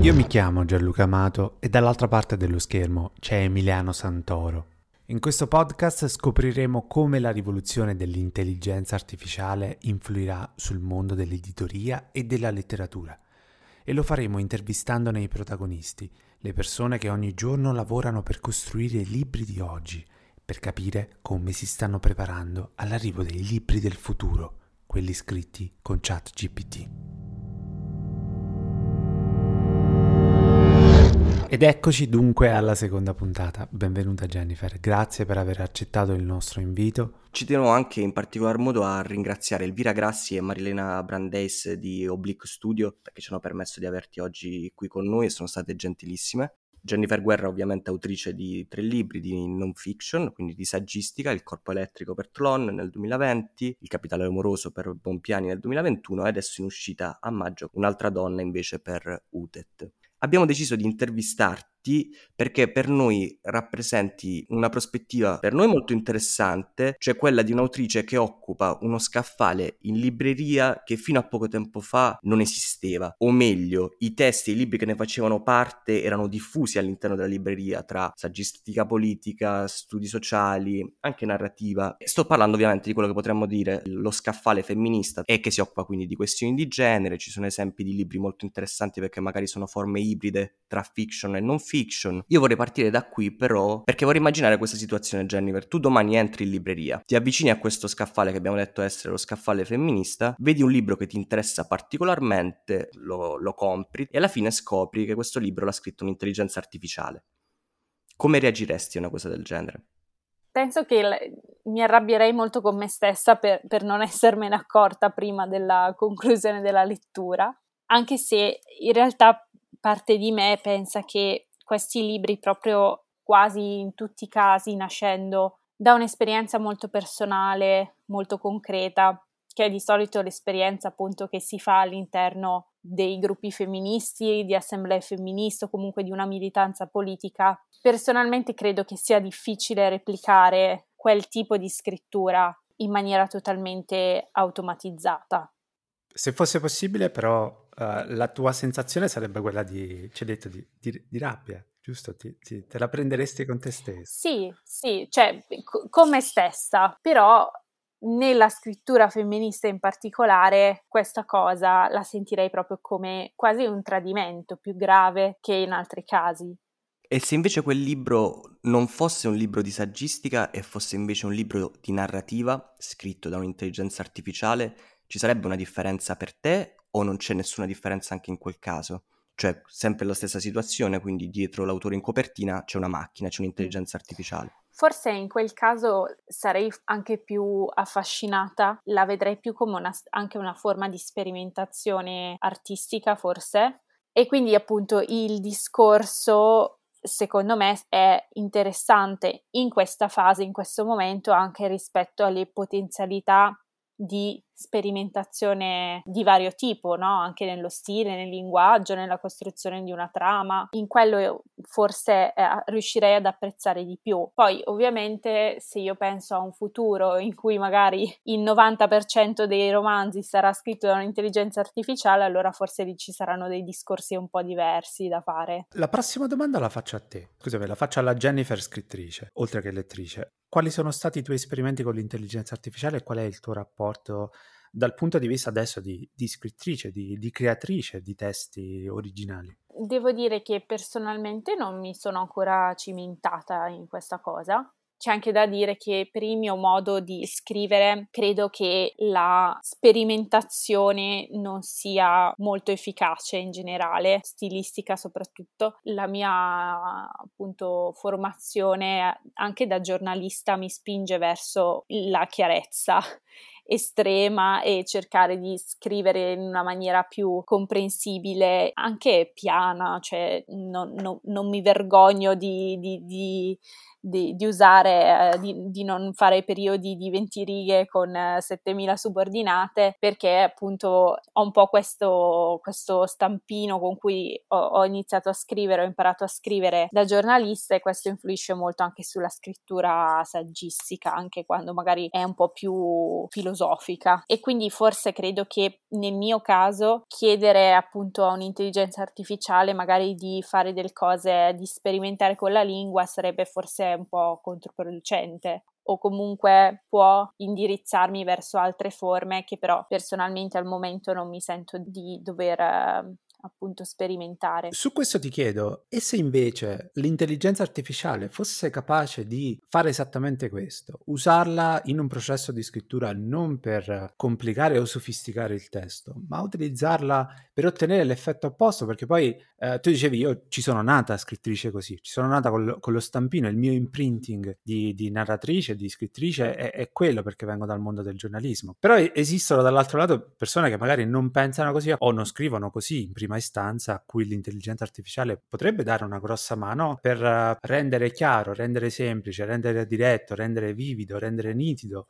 Io mi chiamo Gianluca Amato e dall'altra parte dello schermo c'è Emiliano Santoro. In questo podcast scopriremo come la rivoluzione dell'intelligenza artificiale influirà sul mondo dell'editoria e della letteratura. E lo faremo intervistandone i protagonisti, le persone che ogni giorno lavorano per costruire i libri di oggi, per capire come si stanno preparando all'arrivo dei libri del futuro, quelli scritti con ChatGPT. Ed eccoci dunque alla seconda puntata. Benvenuta Jennifer, grazie per aver accettato il nostro invito. Ci tenevo anche in particolar modo a ringraziare Elvira Grassi e Marilena Brandeis di Oblique Studio perché ci hanno permesso di averti oggi qui con noi e sono state gentilissime. Jennifer Guerra ovviamente autrice di 3 libri di non fiction, quindi di saggistica, Il corpo elettrico per Tlon nel 2020, Il capitale amoroso per Bompiani nel 2021 e adesso in uscita a maggio Un'altra donna invece per Utet. Abbiamo deciso di intervistarti perché per noi rappresenti una prospettiva per noi molto interessante, cioè quella di un'autrice che occupa uno scaffale in libreria che fino a poco tempo fa non esisteva, o meglio, i testi e i libri che ne facevano parte erano diffusi all'interno della libreria tra saggistica politica, studi sociali, anche narrativa. E sto parlando ovviamente di quello che potremmo dire lo scaffale femminista e che si occupa quindi di questioni di genere. Ci sono esempi di libri molto interessanti perché magari sono forme ibride tra fiction e non fiction. Io vorrei partire da qui però perché vorrei immaginare questa situazione, Jennifer. Tu domani entri in libreria, ti avvicini a questo scaffale che abbiamo detto essere lo scaffale femminista, vedi un libro che ti interessa particolarmente, lo compri e alla fine scopri che questo libro l'ha scritto un'intelligenza artificiale. Come reagiresti a una cosa del genere? Penso che mi arrabbierei molto con me stessa per non essermene accorta prima della conclusione della lettura, anche se in realtà parte di me pensa che questi libri, proprio quasi in tutti i casi, nascendo da un'esperienza molto personale, molto concreta, che è di solito l'esperienza appunto che si fa all'interno dei gruppi femministi, di assemblee femministe o comunque di una militanza politica. Personalmente credo che sia difficile replicare quel tipo di scrittura in maniera totalmente automatizzata. Se fosse possibile però la tua sensazione sarebbe quella ci hai detto, di rabbia, giusto? Te la prenderesti con te stesso. Sì, cioè con me stessa, però nella scrittura femminista in particolare questa cosa la sentirei proprio come quasi un tradimento più grave che in altri casi. E se invece quel libro non fosse un libro di saggistica e fosse invece un libro di narrativa scritto da un'intelligenza artificiale, ci sarebbe una differenza per te o non c'è nessuna differenza anche in quel caso? Cioè, sempre la stessa situazione, quindi dietro l'autore in copertina c'è una macchina, c'è un'intelligenza artificiale. Forse in quel caso sarei anche più affascinata, la vedrei più come anche una forma di sperimentazione artistica, forse. E quindi appunto il discorso, secondo me, è interessante in questa fase, in questo momento, anche rispetto alle potenzialità di sperimentazione di vario tipo, no? Anche nello stile, nel linguaggio, nella costruzione di una trama. In quello io forse riuscirei ad apprezzare di più. Poi ovviamente se io penso a un futuro in cui magari il 90% dei romanzi sarà scritto da un'intelligenza artificiale, allora forse lì ci saranno dei discorsi un po' diversi da fare. La prossima domanda la faccio a te. Scusami, la faccio alla Jennifer scrittrice, oltre che lettrice. Quali sono stati i tuoi esperimenti con l'intelligenza artificiale e qual è il tuo rapporto dal punto di vista adesso di scrittrice, di creatrice di testi originali? Devo dire che personalmente non mi sono ancora cimentata in questa cosa. C'è anche da dire che per il mio modo di scrivere credo che la sperimentazione non sia molto efficace in generale, stilistica soprattutto. La mia appunto formazione anche da giornalista mi spinge verso la chiarezza estrema e cercare di scrivere in una maniera più comprensibile, anche piana, cioè non mi vergogno di di usare, di non fare periodi di 20 righe con 7000 subordinate, perché appunto ho un po' questo stampino con cui ho iniziato a scrivere, ho imparato a scrivere da giornalista, e questo influisce molto anche sulla scrittura saggistica, anche quando magari è un po' più filosofica. E quindi forse credo che nel mio caso chiedere appunto a un'intelligenza artificiale magari di fare delle cose, di sperimentare con la lingua, sarebbe forse un po' controproducente, o comunque può indirizzarmi verso altre forme che però personalmente al momento non mi sento di dover appunto sperimentare. Su questo ti chiedo, e se invece l'intelligenza artificiale fosse capace di fare esattamente questo, usarla in un processo di scrittura non per complicare o sofisticare il testo, ma utilizzarla per ottenere l'effetto opposto? Perché poi tu dicevi, io ci sono nata scrittrice così, ci sono nata con lo stampino, il mio imprinting di narratrice, di scrittrice è quello, perché vengo dal mondo del giornalismo. Però esistono dall'altro lato persone che magari non pensano così o non scrivono così in prima istanza, a cui l'intelligenza artificiale potrebbe dare una grossa mano per rendere chiaro, rendere semplice, rendere diretto, rendere vivido, rendere nitido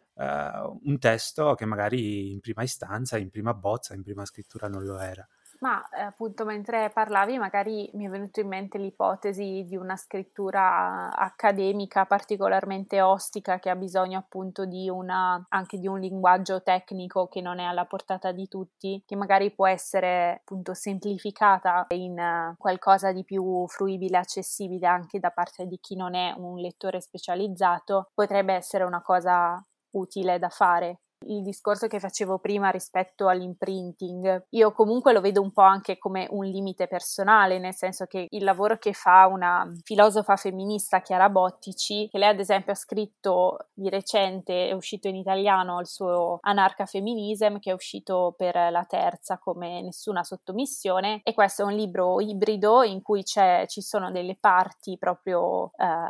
un testo che magari in prima istanza, in prima bozza, in prima scrittura non lo era. Ma appunto mentre parlavi magari mi è venuto in mente l'ipotesi di una scrittura accademica particolarmente ostica, che ha bisogno appunto di anche di un linguaggio tecnico che non è alla portata di tutti, che magari può essere appunto semplificata in qualcosa di più fruibile, accessibile anche da parte di chi non è un lettore specializzato. Potrebbe essere una cosa utile da fare. Il discorso che facevo prima rispetto all'imprinting, io comunque lo vedo un po' anche come un limite personale, nel senso che il lavoro che fa una filosofa femminista, Chiara Bottici, che lei ad esempio ha scritto di recente, è uscito in italiano il suo Anarcafeminism, che è uscito per la Terza come Nessuna sottomissione, e questo è un libro ibrido in cui ci sono delle parti proprio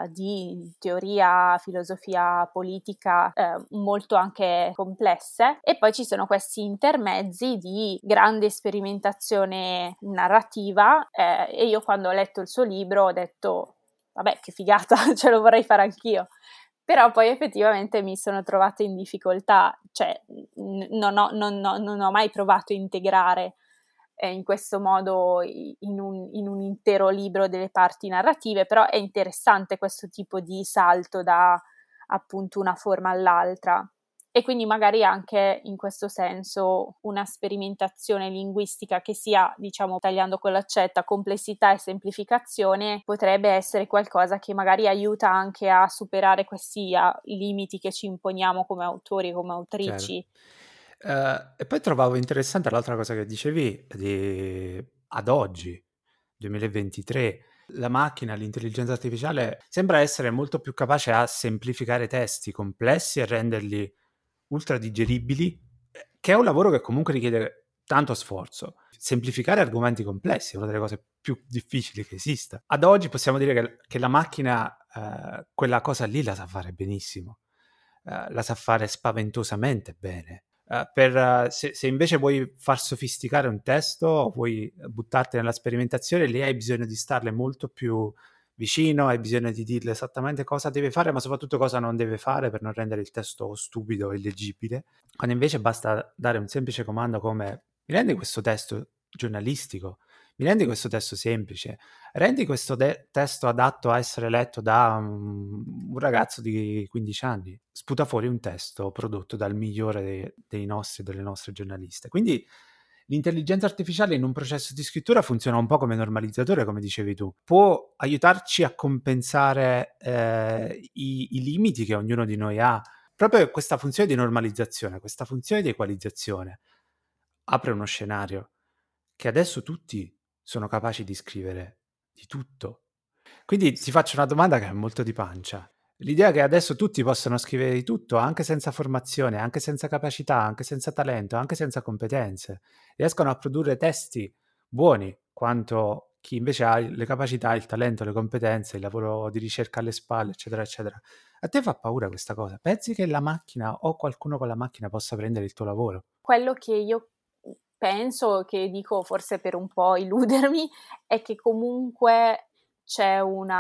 di teoria, filosofia politica molto anche complesse, e poi ci sono questi intermezzi di grande sperimentazione narrativa, e io quando ho letto il suo libro ho detto vabbè, che figata, ce lo vorrei fare anch'io. Però poi effettivamente mi sono trovata in difficoltà, cioè non ho mai provato a integrare in questo modo in un intero libro delle parti narrative, però è interessante questo tipo di salto da appunto una forma all'altra. E quindi magari anche in questo senso una sperimentazione linguistica che sia, diciamo, tagliando con l'accetta, complessità e semplificazione, potrebbe essere qualcosa che magari aiuta anche a superare questi limiti che ci imponiamo come autori e come autrici. E poi trovavo interessante l'altra cosa che dicevi, ad oggi, 2023, la macchina, l'intelligenza artificiale sembra essere molto più capace a semplificare testi complessi e renderli ultra digeribili, che è un lavoro che comunque richiede tanto sforzo. Semplificare argomenti complessi è una delle cose più difficili che esista. Ad oggi possiamo dire che la macchina quella cosa lì la sa fare benissimo, la sa fare spaventosamente bene. Se invece vuoi far sofisticare un testo o vuoi buttarti nella sperimentazione, lì hai bisogno di starle molto più vicino, hai bisogno di dirle esattamente cosa deve fare, ma soprattutto cosa non deve fare per non rendere il testo stupido o illeggibile. Quando invece basta dare un semplice comando come: mi rendi questo testo giornalistico, mi rendi questo testo semplice, rendi questo testo adatto a essere letto da un ragazzo di 15 anni, sputa fuori un testo prodotto dal migliore dei nostri e delle nostre giornaliste. Quindi l'intelligenza artificiale in un processo di scrittura funziona un po' come normalizzatore, come dicevi tu. Può aiutarci a compensare i limiti che ognuno di noi ha. Proprio questa funzione di normalizzazione, questa funzione di equalizzazione apre uno scenario che adesso tutti sono capaci di scrivere di tutto. Quindi ti faccio una domanda che è molto di pancia. L'idea che adesso tutti possono scrivere di tutto, anche senza formazione, anche senza capacità, anche senza talento, anche senza competenze, riescono a produrre testi buoni quanto chi invece ha le capacità, il talento, le competenze, il lavoro di ricerca alle spalle, eccetera, eccetera. A te fa paura questa cosa? Pensi che la macchina o qualcuno con la macchina possa prendere il tuo lavoro? Quello che io penso, che dico forse per un po' illudermi, è che comunque c'è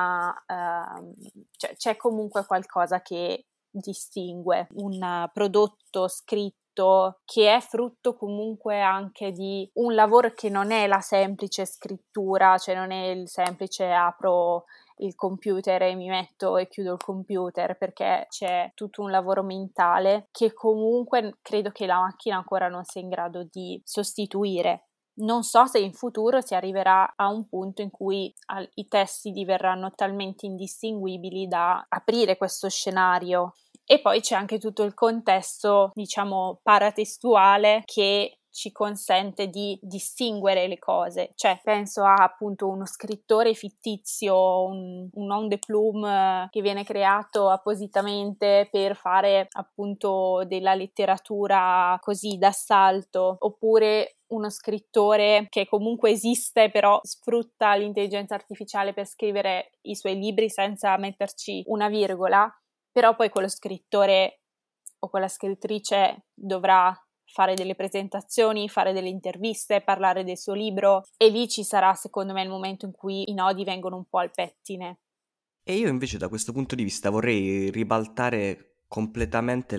c'è comunque qualcosa che distingue un prodotto scritto che è frutto comunque anche di un lavoro che non è la semplice scrittura, cioè non è il semplice apro il computer e mi metto e chiudo il computer, perché c'è tutto un lavoro mentale che comunque credo che la macchina ancora non sia in grado di sostituire. Non so se in futuro si arriverà a un punto in cui i testi diverranno talmente indistinguibili da aprire questo scenario. E poi c'è anche tutto il contesto, diciamo, paratestuale che ci consente di distinguere le cose. Cioè, penso a appunto uno scrittore fittizio, un nom de plume che viene creato appositamente per fare appunto della letteratura così d'assalto, oppure uno scrittore che comunque esiste però sfrutta l'intelligenza artificiale per scrivere i suoi libri senza metterci una virgola, però poi quello scrittore o quella scrittrice dovrà fare delle presentazioni, fare delle interviste, parlare del suo libro, e lì ci sarà secondo me il momento in cui i nodi vengono un po' al pettine. E io invece da questo punto di vista vorrei ribaltare completamente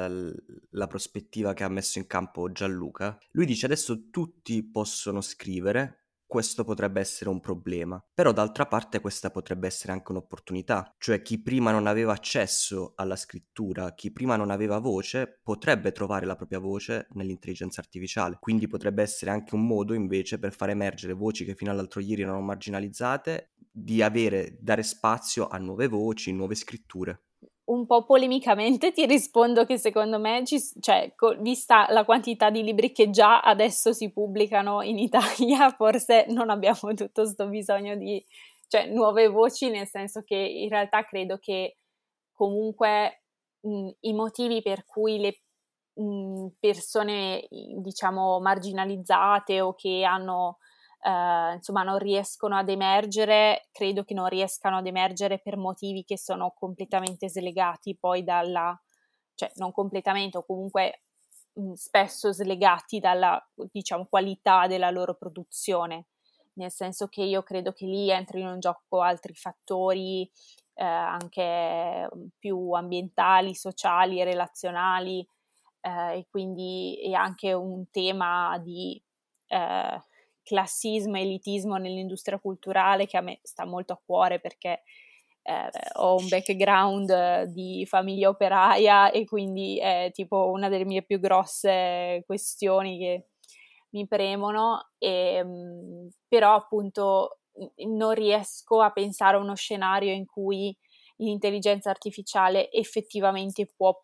la prospettiva che ha messo in campo Gianluca. Lui dice adesso tutti possono scrivere, questo potrebbe essere un problema, però d'altra parte questa potrebbe essere anche un'opportunità, cioè chi prima non aveva accesso alla scrittura, chi prima non aveva voce, potrebbe trovare la propria voce nell'intelligenza artificiale, quindi potrebbe essere anche un modo invece per far emergere voci che fino all'altro ieri erano marginalizzate, di dare spazio a nuove voci, nuove scritture. Un po' polemicamente ti rispondo che secondo me, vista la quantità di libri che già adesso si pubblicano in Italia, forse non abbiamo tutto questo bisogno di nuove voci, nel senso che in realtà credo che comunque i motivi per cui le persone, diciamo, marginalizzate o che hanno non riescono ad emergere, credo che non riescano ad emergere per motivi che sono completamente slegati poi non completamente o comunque spesso slegati dalla, diciamo, qualità della loro produzione, nel senso che io credo che lì entrino in gioco altri fattori anche più ambientali, sociali e relazionali, e quindi è anche un tema di classismo e elitismo nell'industria culturale che a me sta molto a cuore, perché ho un background di famiglia operaia e quindi è tipo una delle mie più grosse questioni che mi premono, però appunto non riesco a pensare a uno scenario in cui l'intelligenza artificiale effettivamente può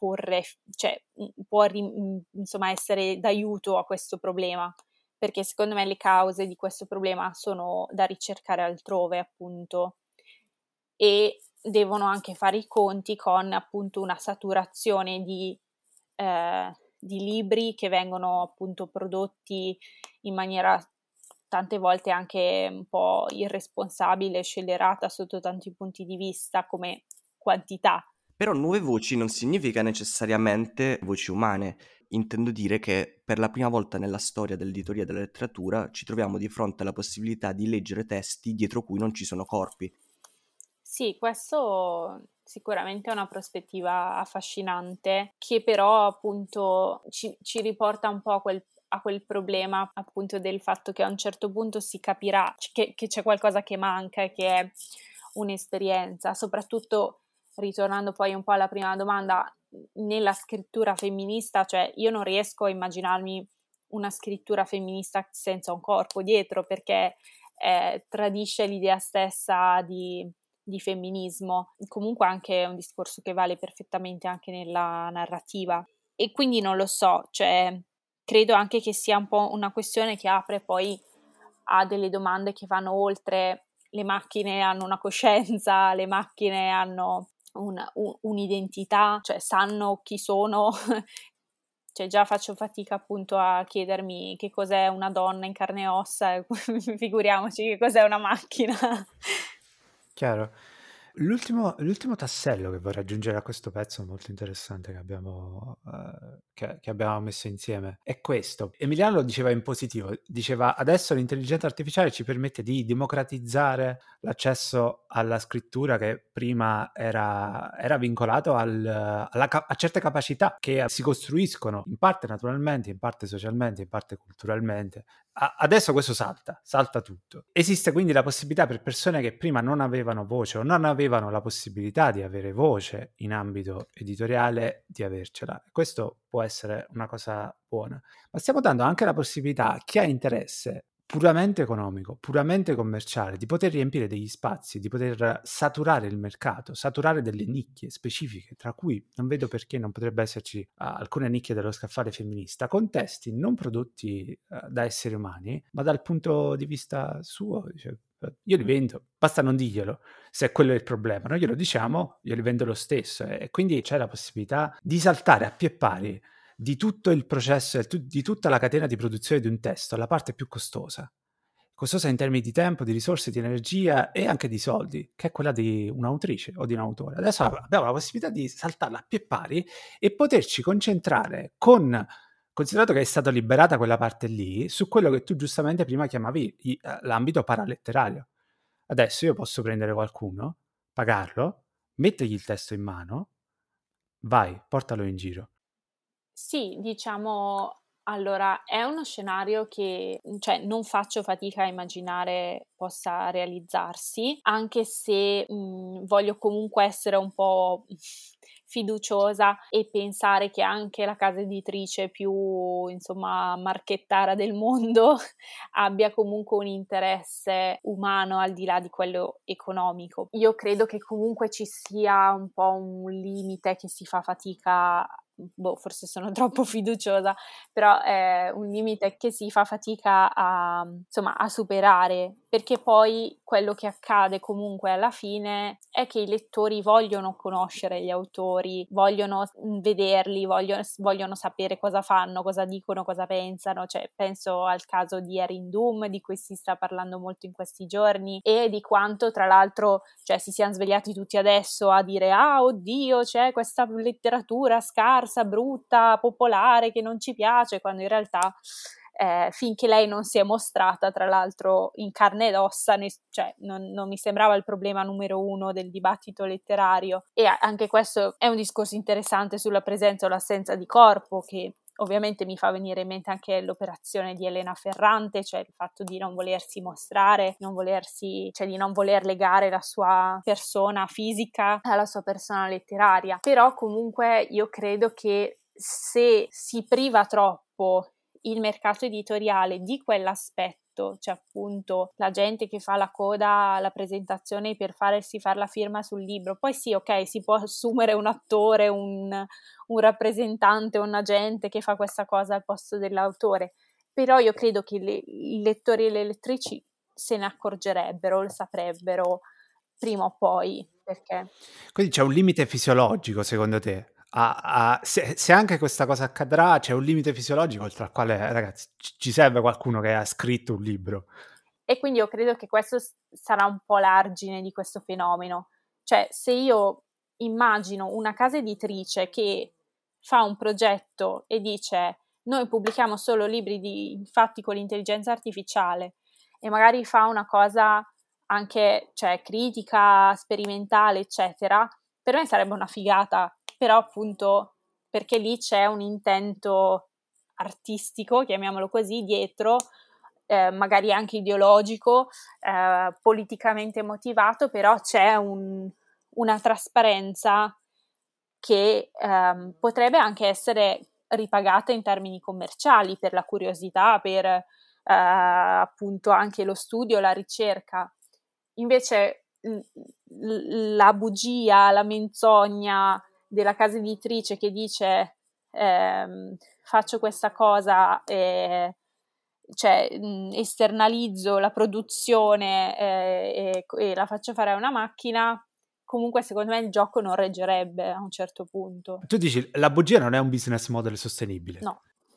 insomma essere d'aiuto a questo problema, perché secondo me le cause di questo problema sono da ricercare altrove, appunto, e devono anche fare i conti con appunto una saturazione di libri che vengono appunto prodotti in maniera tante volte anche un po' irresponsabile, scellerata sotto tanti punti di vista come quantità. Però nuove voci non significa necessariamente voci umane. Intendo dire che per la prima volta nella storia dell'editoria e della letteratura ci troviamo di fronte alla possibilità di leggere testi dietro cui non ci sono corpi. Sì, questo sicuramente è una prospettiva affascinante, che però appunto ci riporta un po' a quel problema appunto del fatto che a un certo punto si capirà che c'è qualcosa che manca e che è un'esperienza, soprattutto ritornando poi un po' alla prima domanda, nella scrittura femminista, cioè io non riesco a immaginarmi una scrittura femminista senza un corpo dietro, perché tradisce l'idea stessa di femminismo, comunque anche un discorso che vale perfettamente anche nella narrativa. E quindi non lo so, credo anche che sia un po' una questione che apre poi a delle domande che vanno oltre le macchine hanno una coscienza, le macchine hanno un'identità, cioè sanno chi sono. Già faccio fatica appunto a chiedermi che cos'è una donna in carne e ossa, figuriamoci che cos'è una macchina. Chiaro. L'ultimo tassello che vorrei aggiungere a questo pezzo molto interessante che abbiamo messo insieme è questo. Emiliano lo diceva in positivo, diceva adesso l'intelligenza artificiale ci permette di democratizzare l'accesso alla scrittura che prima era vincolato a certe capacità che si costruiscono in parte naturalmente, in parte socialmente, in parte culturalmente. Adesso questo salta tutto. Esiste quindi la possibilità per persone che prima non avevano voce o non avevano la possibilità di avere voce in ambito editoriale di avercela. Questo può essere una cosa buona. Ma stiamo dando anche la possibilità a chi ha interesse puramente economico, puramente commerciale, di poter riempire degli spazi, di poter saturare il mercato, saturare delle nicchie specifiche, tra cui non vedo perché non potrebbe esserci alcune nicchie dello scaffale femminista, con testi non prodotti da esseri umani, ma dal punto di vista suo, dice, io li vendo, basta non dirglielo, se quello è il problema, noi glielo diciamo, io li vendo lo stesso, e quindi c'è la possibilità di saltare a pie pari di tutto il processo, di tutta la catena di produzione di un testo, la parte più costosa in termini di tempo, di risorse, di energia e anche di soldi, che è quella di un'autrice o di un autore. Adesso abbiamo la possibilità di saltarla a pie pari e poterci concentrare considerato che è stata liberata quella parte lì, su quello che tu giustamente prima chiamavi l'ambito paraletterario. Adesso io posso prendere qualcuno, pagarlo, mettergli il testo in mano, vai, portalo in giro. Sì, diciamo, allora è uno scenario che, cioè, non faccio fatica a immaginare possa realizzarsi, anche se voglio comunque essere un po' fiduciosa e pensare che anche la casa editrice più, insomma, marchettara del mondo abbia comunque un interesse umano al di là di quello economico. Io credo che comunque ci sia un po' un limite che si fa fatica, forse sono troppo fiduciosa, però è un limite che si fa fatica insomma, a superare, perché poi quello che accade comunque alla fine è che i lettori vogliono conoscere gli autori, vogliono vederli, vogliono sapere cosa fanno, cosa dicono, cosa pensano. Cioè, penso al caso di Erin Doom, di cui si sta parlando molto in questi giorni, e di quanto tra l'altro, cioè, si siano svegliati tutti adesso a dire oddio, c'è questa letteratura scarsa, brutta, popolare che non ci piace, quando in realtà finché lei non si è mostrata, tra l'altro, in carne ed ossa, cioè, non mi sembrava il problema numero uno del dibattito letterario. E anche questo è un discorso interessante sulla presenza o l'assenza di corpo, che ovviamente mi fa venire in mente anche l'operazione di Elena Ferrante, cioè il fatto di non volersi mostrare, cioè di non voler legare la sua persona fisica alla sua persona letteraria. Però comunque io credo che se si priva troppo il mercato editoriale di quell'aspetto, cioè appunto la gente che fa la coda alla presentazione per farsi fare la firma sul libro, poi sì, ok, si può assumere un attore, un rappresentante, un agente che fa questa cosa al posto dell'autore, però io credo che i lettori e le lettrici se ne accorgerebbero, lo saprebbero prima o poi, perché... Quindi c'è un limite fisiologico, secondo te? Se anche questa cosa accadrà, c'è un limite fisiologico oltre al quale, ragazzi, ci serve qualcuno che ha scritto un libro. E quindi io credo che questo sarà un po' l'argine di questo fenomeno. Cioè, se io immagino una casa editrice che fa un progetto e dice noi pubblichiamo solo libri fatti con l'intelligenza artificiale, e magari fa una cosa anche, cioè, critica, sperimentale, eccetera, per me sarebbe una figata, però appunto perché lì c'è un intento artistico, chiamiamolo così, dietro, magari anche ideologico, politicamente motivato, però c'è una trasparenza che potrebbe anche essere ripagata in termini commerciali per la curiosità, per appunto anche lo studio, la ricerca. Invece la bugia, la menzogna della casa editrice che dice faccio questa cosa, cioè esternalizzo la produzione e la faccio fare a una macchina, comunque secondo me il gioco non reggerebbe a un certo punto. Tu dici, la bugia non è un business model sostenibile. No.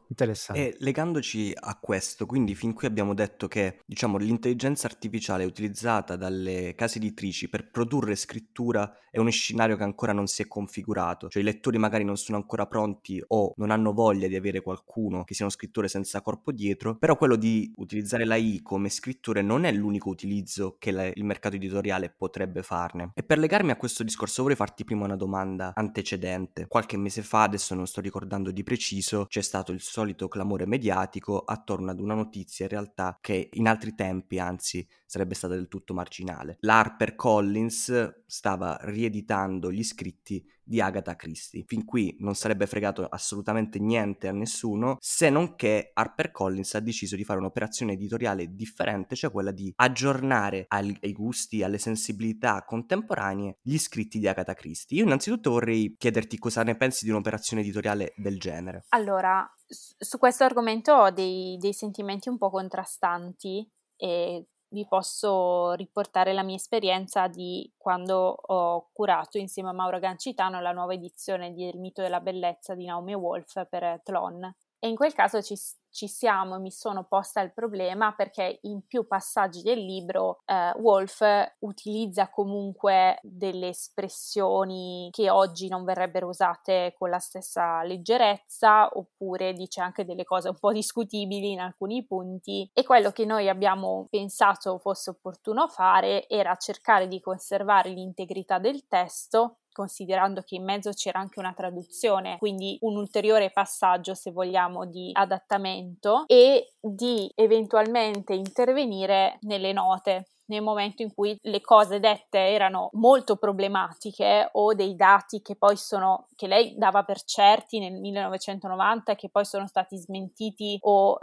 Interessante. E legandoci a questo, quindi fin qui abbiamo detto che, diciamo, l'intelligenza artificiale utilizzata dalle case editrici per produrre scrittura è uno scenario che ancora non si è configurato, cioè i lettori magari non sono ancora pronti o non hanno voglia di avere qualcuno che sia uno scrittore senza corpo dietro, però quello di utilizzare l'AI come scrittore non è l'unico utilizzo che il mercato editoriale potrebbe farne. E per legarmi a questo discorso vorrei farti prima una domanda antecedente. Qualche mese fa, adesso non sto ricordando di preciso, c'è stato il solito clamore mediatico attorno ad una notizia in realtà che in altri tempi, anzi, sarebbe stata del tutto marginale. La HarperCollins stava rieditando gli scritti di Agatha Christie. Fin qui non sarebbe fregato assolutamente niente a nessuno, se non che HarperCollins ha deciso di fare un'operazione editoriale differente, cioè quella di aggiornare ai gusti, alle sensibilità contemporanee gli scritti di Agatha Christie. Io innanzitutto vorrei chiederti cosa ne pensi di un'operazione editoriale del genere. Allora, su questo argomento ho dei sentimenti un po' contrastanti e vi posso riportare la mia esperienza di quando ho curato insieme a Mauro Gancitano la nuova edizione di Il mito della bellezza di Naomi Wolf per Tlon. E in quel caso ci siamo e mi sono posta il problema perché in più passaggi del libro Wolf utilizza comunque delle espressioni che oggi non verrebbero usate con la stessa leggerezza, oppure dice anche delle cose un po' discutibili in alcuni punti, e quello che noi abbiamo pensato fosse opportuno fare era cercare di conservare l'integrità del testo, considerando che in mezzo c'era anche una traduzione, quindi un ulteriore passaggio, se vogliamo, di adattamento, e di eventualmente intervenire nelle note nel momento in cui le cose dette erano molto problematiche o dei dati che poi che lei dava per certi nel 1990 e che poi sono stati smentiti o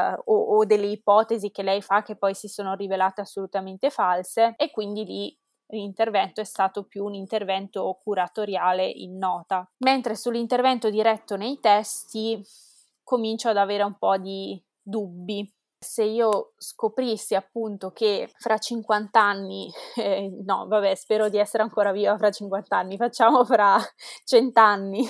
delle ipotesi che lei fa che poi si sono rivelate assolutamente false, e quindi lì l'intervento è stato più un intervento curatoriale in nota, mentre sull'intervento diretto nei testi comincio ad avere un po' di dubbi. Se io scoprissi appunto che fra 50 anni, no vabbè, spero di essere ancora viva fra 50 anni, facciamo fra 100 anni,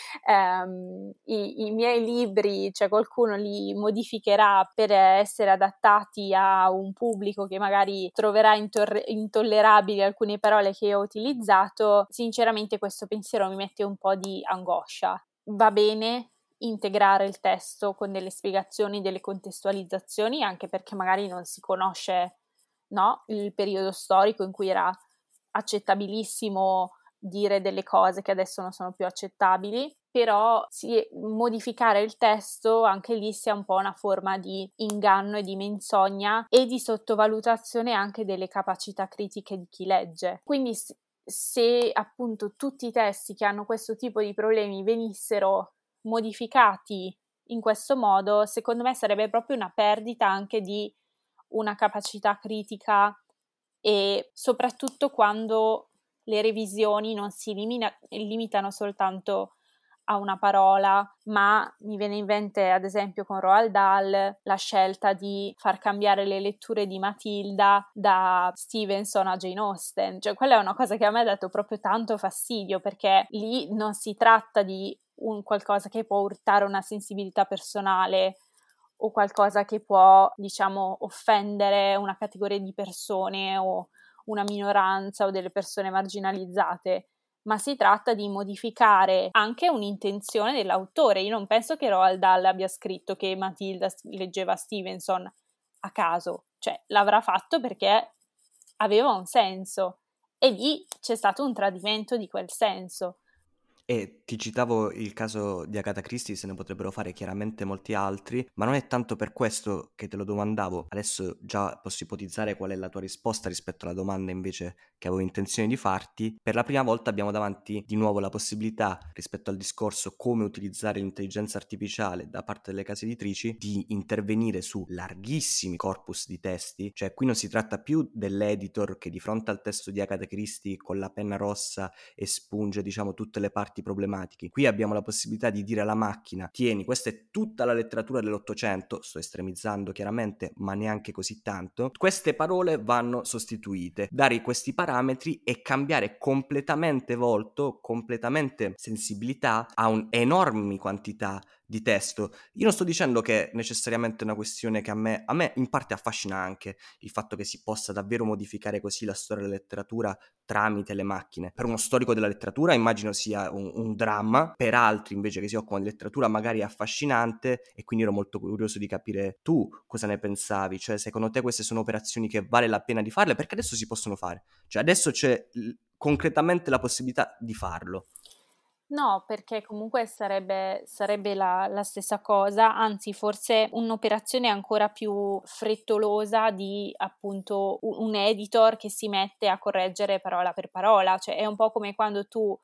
i miei libri, cioè qualcuno li modificherà per essere adattati a un pubblico che magari troverà intollerabili alcune parole che ho utilizzato, sinceramente questo pensiero mi mette un po' di angoscia. Va bene integrare il testo con delle spiegazioni, delle contestualizzazioni, anche perché magari non si conosce, no, il periodo storico in cui era accettabilissimo dire delle cose che adesso non sono più accettabili, però modificare il testo anche lì sia un po' una forma di inganno e di menzogna e di sottovalutazione anche delle capacità critiche di chi legge. Quindi se appunto tutti i testi che hanno questo tipo di problemi venissero modificati in questo modo, secondo me sarebbe proprio una perdita anche di una capacità critica, e soprattutto quando le revisioni non si limitano soltanto a una parola, ma mi viene in mente ad esempio con Roald Dahl la scelta di far cambiare le letture di Matilda da Stevenson a Jane Austen, cioè quella è una cosa che a me ha dato proprio tanto fastidio, perché lì non si tratta di un qualcosa che può urtare una sensibilità personale o qualcosa che può, diciamo, offendere una categoria di persone o una minoranza o delle persone marginalizzate, ma si tratta di modificare anche un'intenzione dell'autore. Io non penso che Roald Dahl abbia scritto che Matilda leggeva Stevenson a caso, cioè l'avrà fatto perché aveva un senso e lì c'è stato un tradimento di quel senso. E ti citavo il caso di Agatha Christie, se ne potrebbero fare chiaramente molti altri, ma non è tanto per questo che te lo domandavo. Adesso già posso ipotizzare qual è la tua risposta rispetto alla domanda invece che avevo intenzione di farti. Per la prima volta abbiamo davanti di nuovo la possibilità, rispetto al discorso come utilizzare l'intelligenza artificiale da parte delle case editrici, di intervenire su larghissimi corpus di testi. Cioè qui non si tratta più dell'editor che di fronte al testo di Agatha Christie con la penna rossa espunge, diciamo, tutte le parti problematiche. Qui abbiamo la possibilità di dire alla macchina: tieni, questa è tutta la letteratura dell'Ottocento, sto estremizzando chiaramente, ma neanche così tanto, queste parole vanno sostituite, dare questi parametri e cambiare completamente volto, completamente sensibilità a un'enorme quantità di testo. Io non sto dicendo che è necessariamente una questione che a me in parte affascina anche il fatto che si possa davvero modificare così la storia della letteratura tramite le macchine. Per uno storico della letteratura immagino sia un dramma, per altri invece che si occupano di letteratura magari è affascinante, e quindi ero molto curioso di capire tu cosa ne pensavi, cioè secondo te queste sono operazioni che vale la pena di farle, perché adesso si possono fare, cioè adesso c'è concretamente la possibilità di farlo. No, perché comunque sarebbe la stessa cosa, anzi forse un'operazione ancora più frettolosa di appunto un editor che si mette a correggere parola per parola, cioè è un po' come quando tu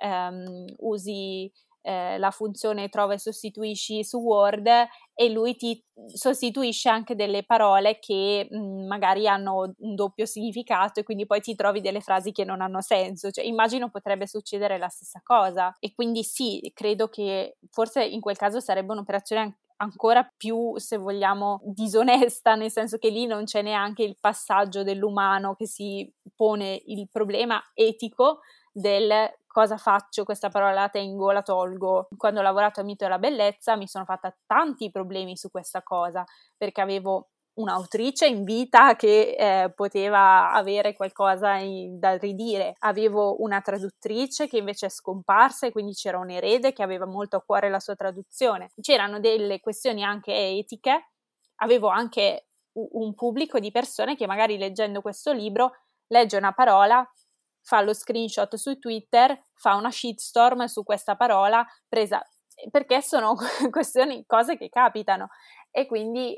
usi la funzione trova e sostituisci su Word e lui ti sostituisce anche delle parole che magari hanno un doppio significato e quindi poi ti trovi delle frasi che non hanno senso, cioè immagino potrebbe succedere la stessa cosa e quindi sì, credo che forse in quel caso sarebbe un'operazione ancora più, se vogliamo, disonesta, nel senso che lì non c'è neanche il passaggio dell'umano che si pone il problema etico del cosa faccio, questa parola la tengo, la tolgo. Quando ho lavorato a Mito della Bellezza mi sono fatta tanti problemi su questa cosa, perché avevo un'autrice in vita che poteva avere qualcosa da ridire, avevo una traduttrice che invece è scomparsa e quindi c'era un erede che aveva molto a cuore la sua traduzione. C'erano delle questioni anche etiche, avevo anche un pubblico di persone che magari leggendo questo libro legge una parola, fa lo screenshot su Twitter, fa una shitstorm su questa parola presa, perché sono questioni, cose che capitano e quindi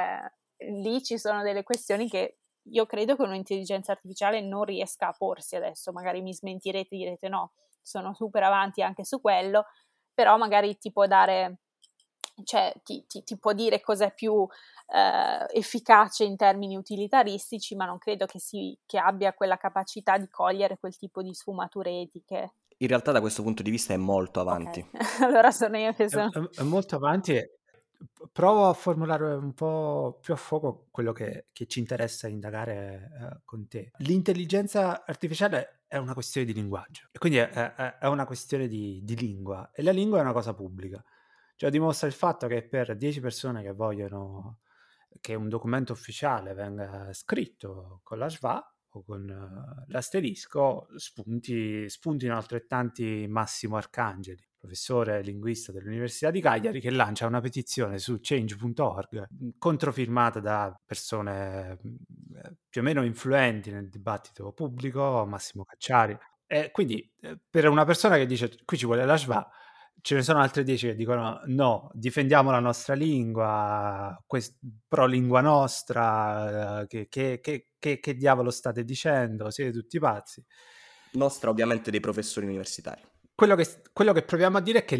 lì ci sono delle questioni che io credo che un'intelligenza artificiale non riesca a porsi adesso, magari mi smentirete e direte no, sono super avanti anche su quello, però magari ti può dare, cioè ti può dire cos'è più efficace in termini utilitaristici, ma non credo che abbia quella capacità di cogliere quel tipo di sfumature etiche. In realtà da questo punto di vista è molto Ok, avanti. allora sono io che È sono... è molto avanti e provo a formulare un po' più a fuoco quello che ci interessa indagare, con te. L'intelligenza artificiale è una questione di linguaggio e quindi è una questione di lingua e la lingua è una cosa pubblica. Cioè dimostra il fatto che per 10 persone che vogliono che un documento ufficiale venga scritto con la schwa o con l'asterisco, spuntino altrettanti Massimo Arcangeli, professore linguista dell'Università di Cagliari, che lancia una petizione su change.org, controfirmata da persone più o meno influenti nel dibattito pubblico, Massimo Cacciari. E quindi per una persona che dice qui ci vuole la schwa, ce ne sono altre 10 che dicono no, difendiamo la nostra lingua, pro lingua nostra, che diavolo state dicendo, siete tutti pazzi. Nostra ovviamente dei professori universitari. Quello che proviamo a dire è che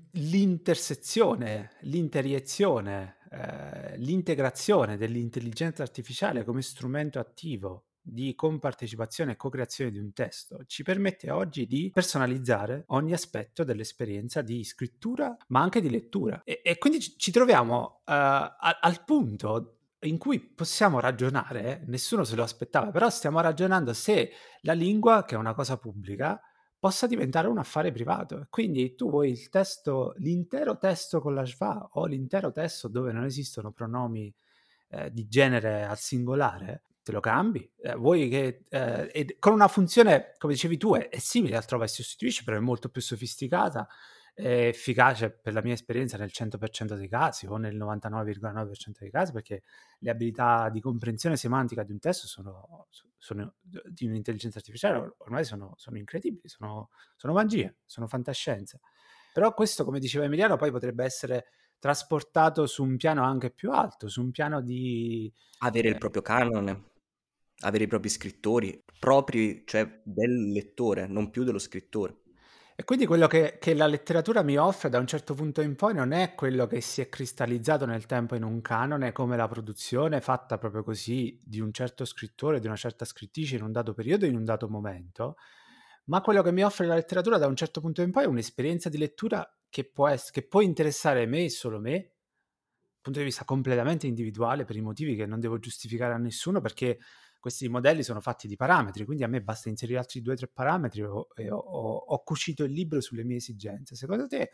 l'intersezione, l'interiezione, l'integrazione dell'intelligenza artificiale come strumento attivo di compartecipazione e co-creazione di un testo ci permette oggi di personalizzare ogni aspetto dell'esperienza di scrittura ma anche di lettura e quindi ci troviamo al punto in cui possiamo ragionare, nessuno se lo aspettava, però stiamo ragionando se la lingua, che è una cosa pubblica, possa diventare un affare privato. Quindi tu vuoi il testo, l'intero testo con la schwa o l'intero testo dove non esistono pronomi di genere al singolare, te lo cambi. Vuoi che con una funzione, come dicevi tu, è simile al trova e sostituisci, però è molto più sofisticata, è efficace per la mia esperienza nel 100% dei casi o nel 99,9% dei casi, perché le abilità di comprensione semantica di un testo sono di un'intelligenza artificiale ormai sono incredibili, sono magia, sono fantascienza. Però questo, come diceva Emiliano, poi potrebbe essere trasportato su un piano anche più alto, su un piano di... Avere il proprio canone, avere i propri scrittori, propri, cioè del lettore, non più dello scrittore. E quindi quello che la letteratura mi offre da un certo punto in poi non è quello che si è cristallizzato nel tempo in un canone, come la produzione fatta proprio così di un certo scrittore, di una certa scrittrice in un dato periodo, in un dato momento, ma quello che mi offre la letteratura da un certo punto in poi è un'esperienza di lettura che può interessare me e solo me, dal punto di vista completamente individuale, per i motivi che non devo giustificare a nessuno, perché questi modelli sono fatti di parametri, quindi a me basta inserire altri 2 o 3 parametri e ho cucito il libro sulle mie esigenze. Secondo te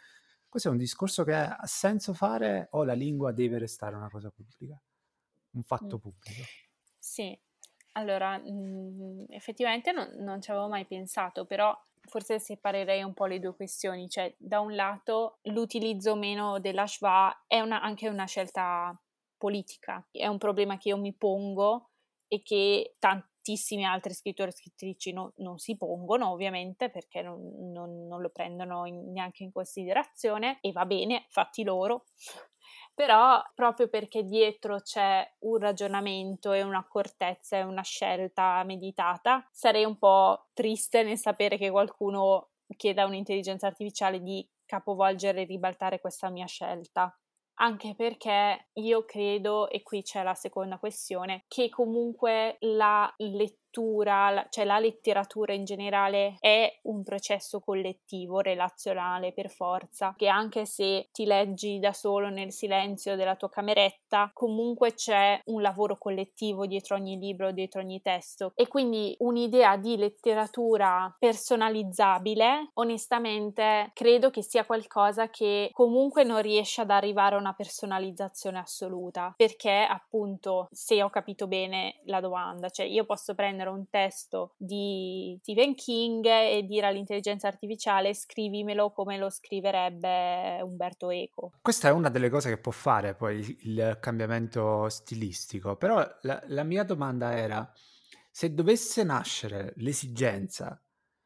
Questo è un discorso che ha senso fare, o la lingua deve restare una cosa pubblica, un Mm. fatto pubblico? Sì, allora effettivamente non ci avevo mai pensato, però forse separerei un po' le due questioni, cioè da un lato l'utilizzo o meno della schwa è anche una scelta politica, è un problema che io mi pongo e che tantissimi altri scrittori e scrittrici non si pongono, ovviamente, perché non lo prendono neanche in considerazione, e va bene, fatti loro. Però proprio perché dietro c'è un ragionamento e un'accortezza e una scelta meditata, sarei un po' triste nel sapere che qualcuno chieda a un'intelligenza artificiale di capovolgere e ribaltare questa mia scelta. Anche perché io credo, e qui c'è la seconda questione, che comunque la lettura, cioè la letteratura in generale è un processo collettivo, relazionale per forza, che anche se ti leggi da solo nel silenzio della tua cameretta, comunque c'è un lavoro collettivo dietro ogni libro, dietro ogni testo, e quindi un'idea di letteratura personalizzabile, onestamente, credo che sia qualcosa che comunque non riesce ad arrivare a una personalizzazione assoluta, perché appunto, se ho capito bene la domanda, cioè io posso prendere un testo di Stephen King e dire all'intelligenza artificiale scrivimelo come lo scriverebbe Umberto Eco. Questa è una delle cose che può fare poi il cambiamento stilistico, però la mia domanda era, se dovesse nascere l'esigenza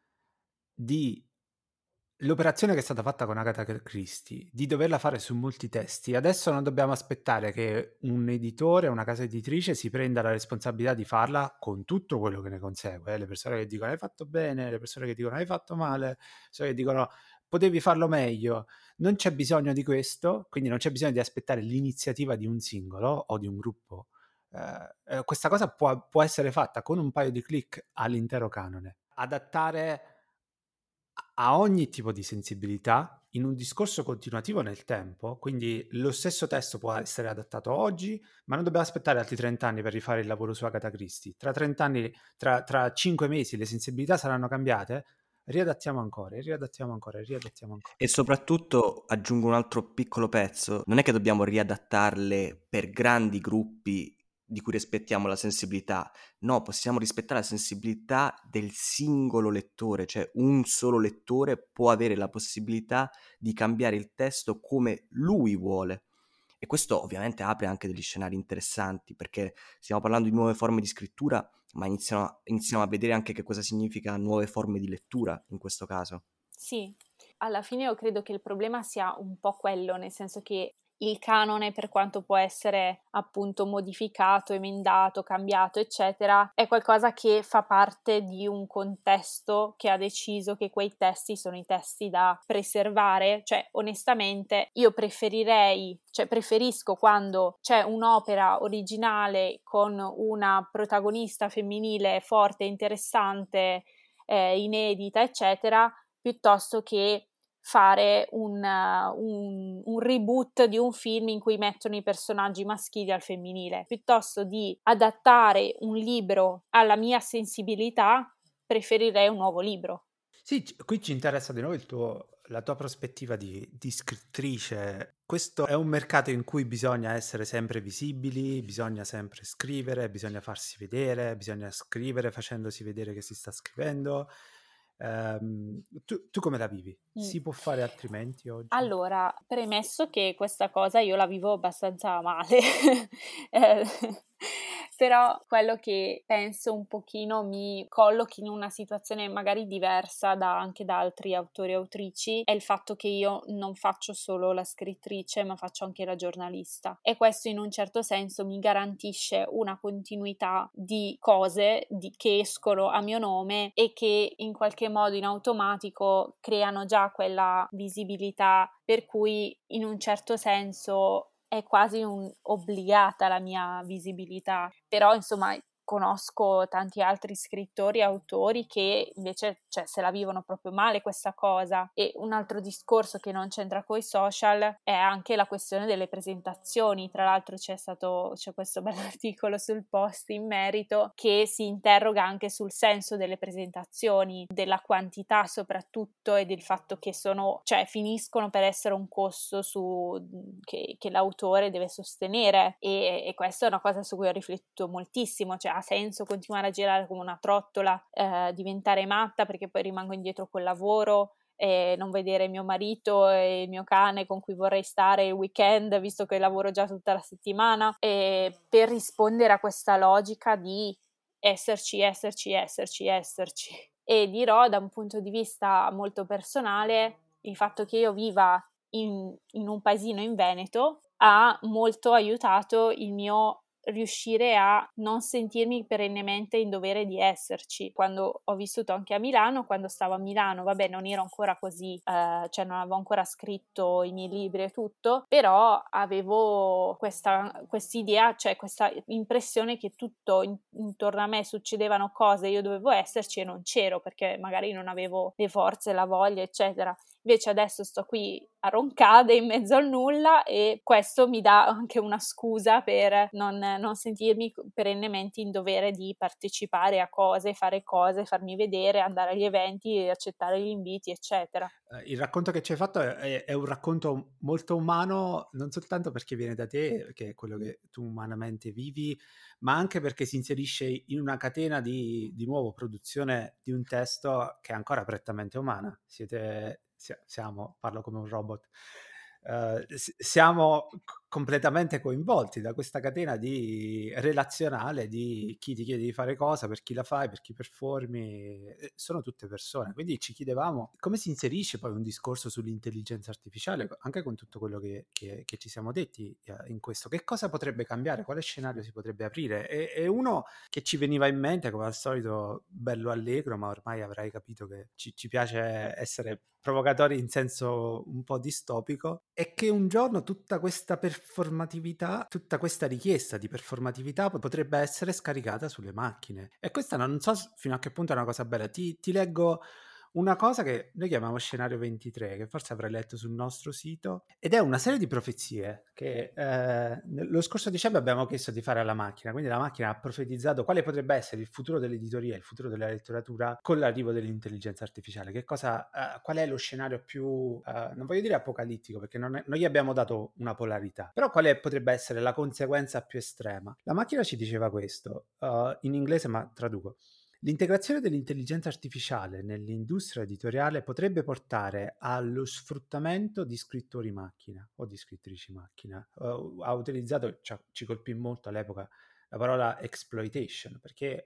di l'operazione che è stata fatta con Agatha Christie, di doverla fare su molti testi, adesso non dobbiamo aspettare che un editore, una casa editrice si prenda la responsabilità di farla con tutto quello che ne consegue, le persone che dicono hai fatto bene, le persone che dicono hai fatto male, le persone che dicono potevi farlo meglio. Non c'è bisogno di questo, quindi non c'è bisogno di aspettare l'iniziativa di un singolo o di un gruppo. Questa cosa può essere fatta con un paio di click all'intero canone. Adattare a ogni tipo di sensibilità in un discorso continuativo nel tempo, quindi lo stesso testo può essere adattato oggi, ma non dobbiamo aspettare altri 30 anni per rifare il lavoro su Agatha Christie. Tra 30 anni, tra 5 mesi le sensibilità saranno cambiate, riadattiamo ancora, riadattiamo ancora, riadattiamo ancora. E soprattutto aggiungo un altro piccolo pezzo, non è che dobbiamo riadattarle per grandi gruppi di cui rispettiamo la sensibilità, no, possiamo rispettare la sensibilità del singolo lettore, cioè un solo lettore può avere la possibilità di cambiare il testo come lui vuole. E questo ovviamente apre anche degli scenari interessanti, perché stiamo parlando di nuove forme di scrittura, ma iniziamo a vedere anche che cosa significa nuove forme di lettura in questo caso. Sì, alla fine io credo che il problema sia un po' quello, nel senso che il canone, per quanto può essere appunto modificato, emendato, cambiato, eccetera, è qualcosa che fa parte di un contesto che ha deciso che quei testi sono i testi da preservare. Cioè, onestamente, io preferisco quando c'è un'opera originale con una protagonista femminile forte, interessante, inedita, eccetera, piuttosto che fare un reboot di un film in cui mettono i personaggi maschili al femminile. Piuttosto di adattare un libro alla mia sensibilità, preferirei un nuovo libro. Sì, qui ci interessa di nuovo la tua prospettiva di scrittrice. Questo è un mercato in cui bisogna essere sempre visibili, bisogna sempre scrivere, bisogna farsi vedere, bisogna scrivere facendosi vedere che si sta scrivendo. Tu come la vivi? Si può fare altrimenti oggi? Allora, premesso che questa cosa io la vivo abbastanza male, eh, però quello che penso un pochino mi collochi in una situazione magari diversa anche da altri autori e autrici è il fatto che io non faccio solo la scrittrice, ma faccio anche la giornalista, e questo in un certo senso mi garantisce una continuità di cose che escono a mio nome e che in qualche modo in automatico creano già quella visibilità, per cui in un certo senso è quasi obbligata la mia visibilità, però insomma conosco tanti altri scrittori e autori che invece se la vivono proprio male questa cosa. E un altro discorso che non c'entra coi social è anche la questione delle presentazioni. Tra l'altro c'è questo bell'articolo sul Post in merito che si interroga anche sul senso delle presentazioni, della quantità soprattutto, e del fatto che finiscono per essere un costo che l'autore deve sostenere, e questa è una cosa su cui ho riflettuto moltissimo. Ha senso continuare a girare come una trottola, diventare matta perché poi rimango indietro col lavoro, non vedere mio marito e il mio cane con cui vorrei stare il weekend visto che lavoro già tutta la settimana, per rispondere a questa logica di esserci. E dirò, da un punto di vista molto personale, il fatto che io viva in un paesino in Veneto ha molto aiutato il mio riuscire a non sentirmi perennemente in dovere di esserci. Quando ho vissuto anche a Milano, quando stavo a Milano, vabbè, non ero ancora così, non avevo ancora scritto i miei libri e tutto, però avevo quest'idea, questa impressione che tutto intorno a me succedevano cose, io dovevo esserci e non c'ero perché magari non avevo le forze, la voglia, eccetera. Invece adesso sto qui a Roncade in mezzo al nulla, e questo mi dà anche una scusa per non sentirmi perennemente in dovere di partecipare a cose, fare cose, farmi vedere, andare agli eventi, accettare gli inviti, eccetera. Il racconto che ci hai fatto è un racconto molto umano, non soltanto perché viene da te, che è quello che tu umanamente vivi, ma anche perché si inserisce in una catena di nuovo produzione di un testo che è ancora prettamente umana. Parlo come un robot, siamo completamente coinvolti da questa catena di relazionale di chi ti chiede di fare cosa, per chi la fai, per chi performi, sono tutte persone. Quindi ci chiedevamo come si inserisce poi un discorso sull'intelligenza artificiale, anche con tutto quello che ci siamo detti in questo. Che cosa potrebbe cambiare? Quale scenario si potrebbe aprire? E uno che ci veniva in mente, come al solito, bello allegro, ma ormai avrai capito che ci piace essere provocatori in senso un po' distopico, è che un giorno tutta questa performatività, tutta questa richiesta di performatività potrebbe essere scaricata sulle macchine. E questa non so fino a che punto è una cosa bella. Ti leggo una cosa che noi chiamiamo scenario 23, che forse avrai letto sul nostro sito, ed è una serie di profezie che lo scorso dicembre abbiamo chiesto di fare alla macchina. Quindi la macchina ha profetizzato quale potrebbe essere il futuro dell'editoria, il futuro della letteratura con l'arrivo dell'intelligenza artificiale. Qual è lo scenario più, non voglio dire apocalittico, perché non gli abbiamo dato una polarità, però quale potrebbe essere la conseguenza più estrema? La macchina ci diceva questo, in inglese, ma traduco. L'integrazione dell'intelligenza artificiale nell'industria editoriale potrebbe portare allo sfruttamento di scrittori macchina o di scrittrici macchina. Ha utilizzato, ci colpì molto all'epoca, la parola exploitation, perché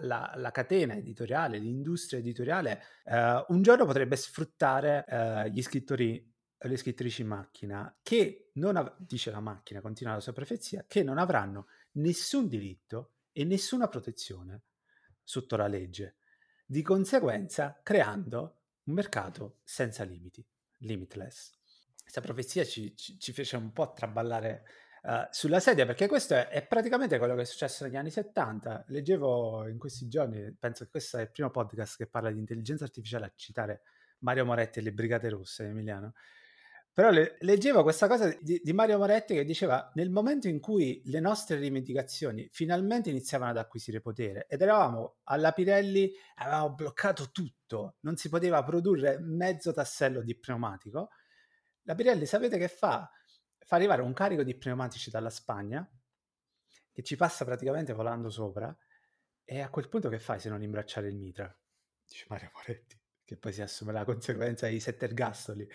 la catena editoriale, l'industria editoriale, un giorno potrebbe sfruttare gli scrittori, le scrittrici macchina, che dice la macchina, continua la sua profezia, che non avranno nessun diritto e nessuna protezione sotto la legge, di conseguenza creando un mercato senza limiti, limitless. Questa profezia ci fece un po' traballare sulla sedia, perché questo è praticamente quello che è successo negli anni 70. Leggevo in questi giorni, penso che questo è il primo podcast che parla di intelligenza artificiale a citare Mario Moretti e le Brigate Rosse, Emiliano. Però leggevo questa cosa di Mario Moretti che diceva: nel momento in cui le nostre rivendicazioni finalmente iniziavano ad acquisire potere ed eravamo alla Pirelli, avevamo bloccato tutto, non si poteva produrre mezzo tassello di pneumatico, la Pirelli sapete che fa? Fa arrivare un carico di pneumatici dalla Spagna che ci passa praticamente volando sopra, e a quel punto che fai se non imbracciare il mitra? Dice Mario Moretti, che poi si assume la conseguenza di 7 ergastoli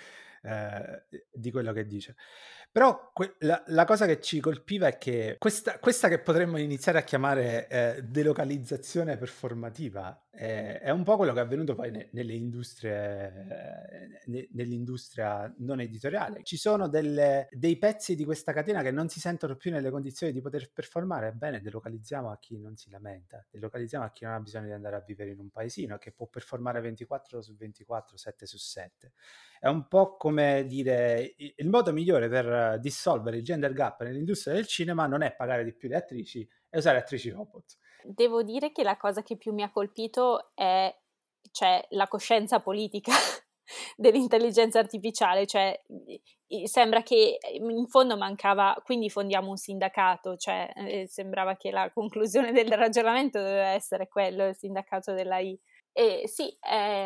di quello che dice. Però la cosa che ci colpiva è che questa che potremmo iniziare a chiamare delocalizzazione performativa è un po' quello che è avvenuto poi nelle industrie, nell'industria non editoriale. Ci sono dei pezzi di questa catena che non si sentono più nelle condizioni di poter performare. Ebbene, delocalizziamo a chi non si lamenta, delocalizziamo a chi non ha bisogno di andare a vivere in un paesino, che può performare 24 su 24, 7 su 7. È un po' come dire: il modo migliore per dissolvere il gender gap nell'industria del cinema non è pagare di più le attrici, è usare attrici robot. Devo dire che la cosa che più mi ha colpito è, cioè, la coscienza politica dell'intelligenza artificiale, cioè sembra che in fondo mancava, quindi fondiamo un sindacato, cioè sembrava che la conclusione del ragionamento doveva essere quello, il sindacato dell'AI. E sì,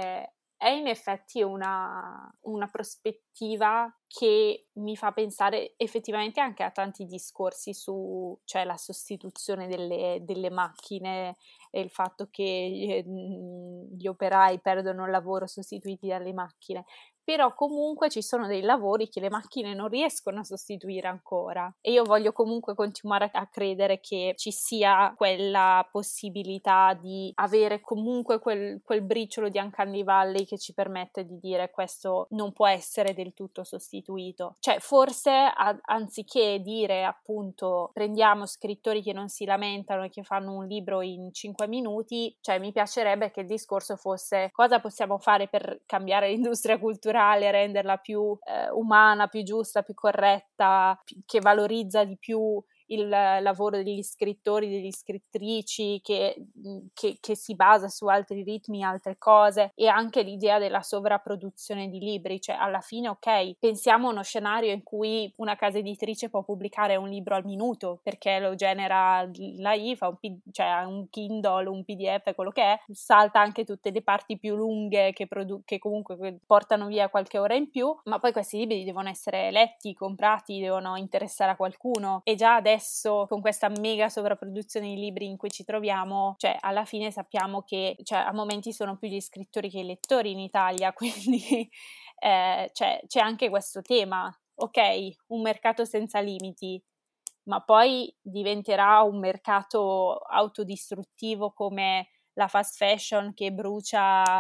è in effetti una prospettiva che mi fa pensare effettivamente anche a tanti discorsi su, cioè, la sostituzione delle macchine e il fatto che gli operai perdono il lavoro sostituiti dalle macchine. Però comunque ci sono dei lavori che le macchine non riescono a sostituire ancora, e io voglio comunque continuare a credere che ci sia quella possibilità di avere comunque quel briciolo di Uncanny Valley che ci permette di dire questo non può essere del tutto sostituito. Cioè forse anziché dire appunto prendiamo scrittori che non si lamentano e che fanno un libro in 5 minuti, cioè mi piacerebbe che il discorso fosse cosa possiamo fare per cambiare l'industria culturale, renderla più umana, più giusta, più corretta, che valorizza di più il lavoro degli scrittori, degli scrittrici, che si basa su altri ritmi, altre cose, e anche l'idea della sovrapproduzione di libri. Cioè alla fine, ok, pensiamo a uno scenario in cui una casa editrice può pubblicare un libro al minuto perché lo genera l'AI, fa cioè un Kindle, un PDF, quello che è, salta anche tutte le parti più lunghe che comunque portano via qualche ora in più, ma poi questi libri devono essere letti, comprati, devono interessare a qualcuno, e già adesso con questa mega sovrapproduzione di libri in cui ci troviamo, cioè alla fine sappiamo che, cioè, a momenti sono più gli scrittori che i lettori in Italia, quindi cioè, c'è anche questo tema. Ok, un mercato senza limiti, ma poi diventerà un mercato autodistruttivo come la fast fashion che brucia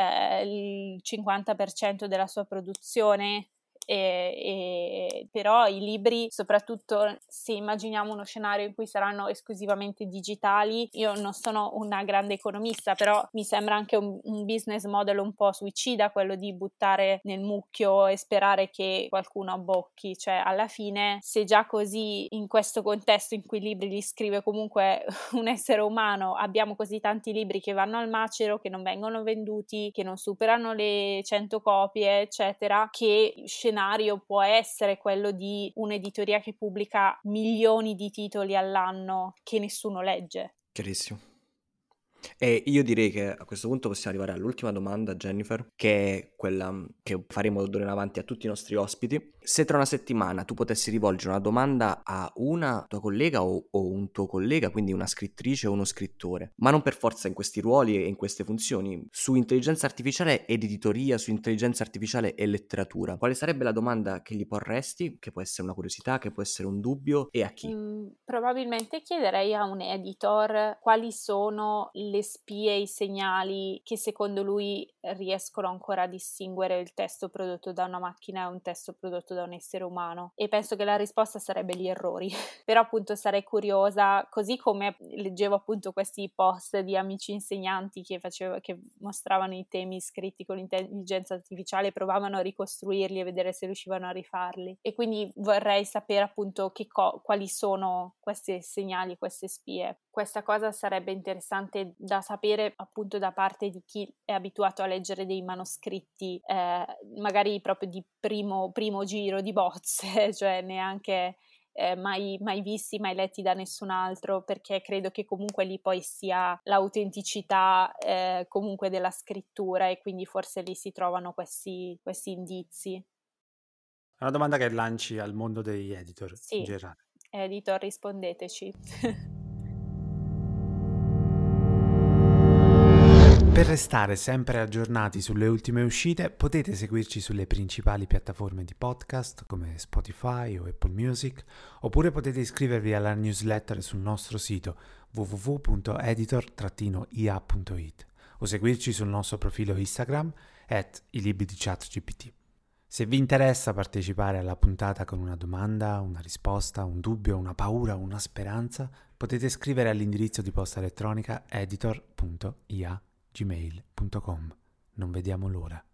il 50% della sua produzione. Però i libri, soprattutto se immaginiamo uno scenario in cui saranno esclusivamente digitali, io non sono una grande economista, però mi sembra anche un business model un po' suicida quello di buttare nel mucchio e sperare che qualcuno abbocchi. Cioè alla fine, se già così in questo contesto in cui i libri li scrive comunque un essere umano, abbiamo così tanti libri che vanno al macero, che non vengono venduti, che non superano le 100 copie, eccetera, che scenario può essere quello di un'editoria che pubblica milioni di titoli all'anno che nessuno legge? Chiarissimo. E io direi che a questo punto possiamo arrivare all'ultima domanda, Jennifer, che è quella che faremo d'ora in avanti a tutti i nostri ospiti. Se tra una settimana tu potessi rivolgere una domanda a una tua collega o un tuo collega, quindi una scrittrice o uno scrittore, ma non per forza in questi ruoli e in queste funzioni, su intelligenza artificiale ed editoria, su intelligenza artificiale e letteratura, quale sarebbe la domanda che gli porresti? Che può essere una curiosità, che può essere un dubbio, e a chi? Probabilmente chiederei a un editor quali sono le spie, i segnali che secondo lui riescono ancora a distinguere il testo prodotto da una macchina e un testo prodotto da un essere umano, e penso che la risposta sarebbe gli errori. Però appunto sarei curiosa, così come leggevo appunto questi post di amici insegnanti che mostravano i temi scritti con l'intelligenza artificiale, provavano a ricostruirli e vedere se riuscivano a rifarli, e quindi vorrei sapere appunto quali sono questi segnali, queste spie. Questa cosa sarebbe interessante da sapere appunto da parte di chi è abituato a leggere dei manoscritti, magari proprio di primo giro di bozze, cioè neanche mai visti, mai letti da nessun altro, perché credo che comunque lì poi sia l'autenticità comunque della scrittura, e quindi forse lì si trovano questi indizi. È una domanda che lanci al mondo degli editor Sì, in generale. editor, rispondeteci. Per restare sempre aggiornati sulle ultime uscite potete seguirci sulle principali piattaforme di podcast come Spotify o Apple Music, oppure potete iscrivervi alla newsletter sul nostro sito www.editor-ia.it o seguirci sul nostro profilo Instagram @ilibri-di-ChatGPT. Se vi interessa partecipare alla puntata con una domanda, una risposta, un dubbio, una paura, una speranza, potete scrivere all'indirizzo di posta elettronica editor.ia@gmail.com. Non vediamo l'ora.